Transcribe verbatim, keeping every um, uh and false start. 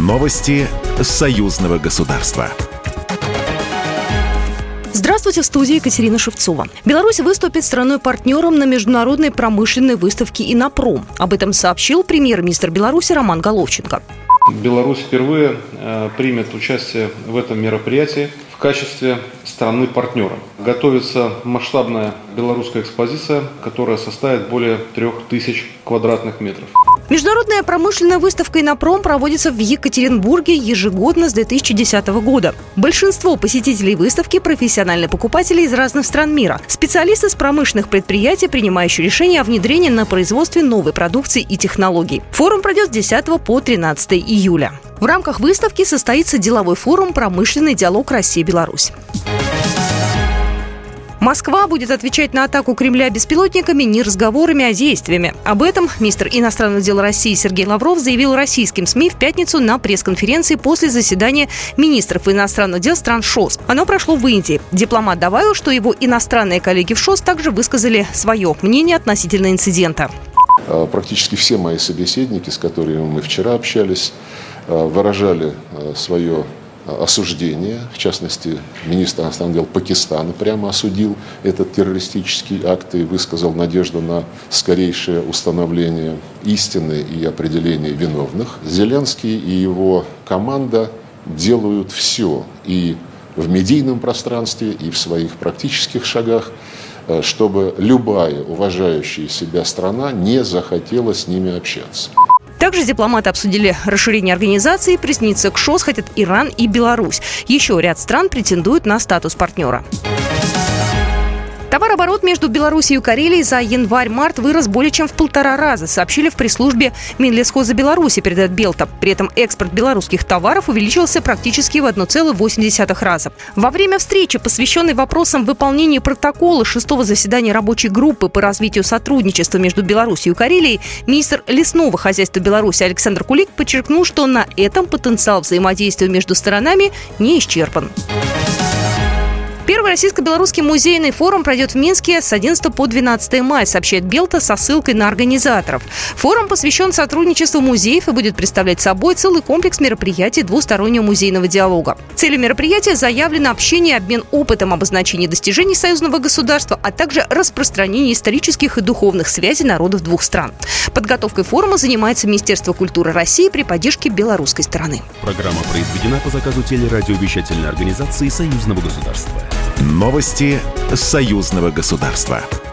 Новости союзного государства. Здравствуйте, в студии Екатерина Шевцова. Беларусь выступит страной-партнером на международной промышленной выставке «Иннопром». Об этом сообщил премьер-министр Беларуси Роман Головченко. Беларусь впервые э, примет участие в этом мероприятии в качестве страны-партнера. Готовится масштабная белорусская экспозиция, которая составит более трех тысяч квадратных метров. Международная промышленная выставка «Иннопром» проводится в Екатеринбурге ежегодно с две тысячи десятого года. Большинство посетителей выставки – профессиональные покупатели из разных стран мира, специалисты с промышленных предприятий, принимающие решения о внедрении на производстве новой продукции и технологий. Форум пройдет с десятого по тринадцатое июля. В рамках выставки состоится деловой форум «Промышленный диалог Россия-Беларусь». Москва будет отвечать на атаку Кремля беспилотниками не разговорами, а действиями. Об этом министр иностранных дел России Сергей Лавров заявил российским СМИ в пятницу на пресс-конференции после заседания министров иностранных дел стран ШОС. Оно прошло в Индии. Дипломат добавил, что его иностранные коллеги в ШОС также высказали свое мнение относительно инцидента. Практически все мои собеседники, с которыми мы вчера общались, выражали свое осуждение. В частности, министр иностранных дел Пакистана прямо осудил этот террористический акт и высказал надежду на скорейшее установление истины и определение виновных. Зеленский и его команда делают все и в медийном пространстве, и в своих практических шагах, чтобы любая уважающая себя страна не захотела с ними общаться. Также дипломаты обсудили расширение организации. Присоединиться к ШОС хотят Иран и Беларусь. Еще ряд стран претендуют на статус партнера. Товарооборот между Беларусью и Карелией за январь-март вырос более чем в полтора раза, сообщили в пресс-службе Минлесхоза Беларуси, передает Белта. При этом экспорт белорусских товаров увеличился практически в один целых восемь десятых раза. Во время встречи, посвященной вопросам выполнения протокола шестого заседания рабочей группы по развитию сотрудничества между Беларусью и Карелией, министр лесного хозяйства Беларуси Александр Кулик подчеркнул, что на этом потенциал взаимодействия между сторонами не исчерпан. Первый российско-белорусский музейный форум пройдет в Минске с одиннадцатого по двенадцатое мая, сообщает Белта со ссылкой на организаторов. Форум посвящен сотрудничеству музеев и будет представлять собой целый комплекс мероприятий двустороннего музейного диалога. Целью мероприятия заявлено общение и обмен опытом, обозначение достижений союзного государства, а также распространение исторических и духовных связей народов двух стран. Подготовкой форума занимается Министерство культуры России при поддержке белорусской стороны. Программа произведена по заказу телерадиовещательной организации союзного государства. Новости союзного государства.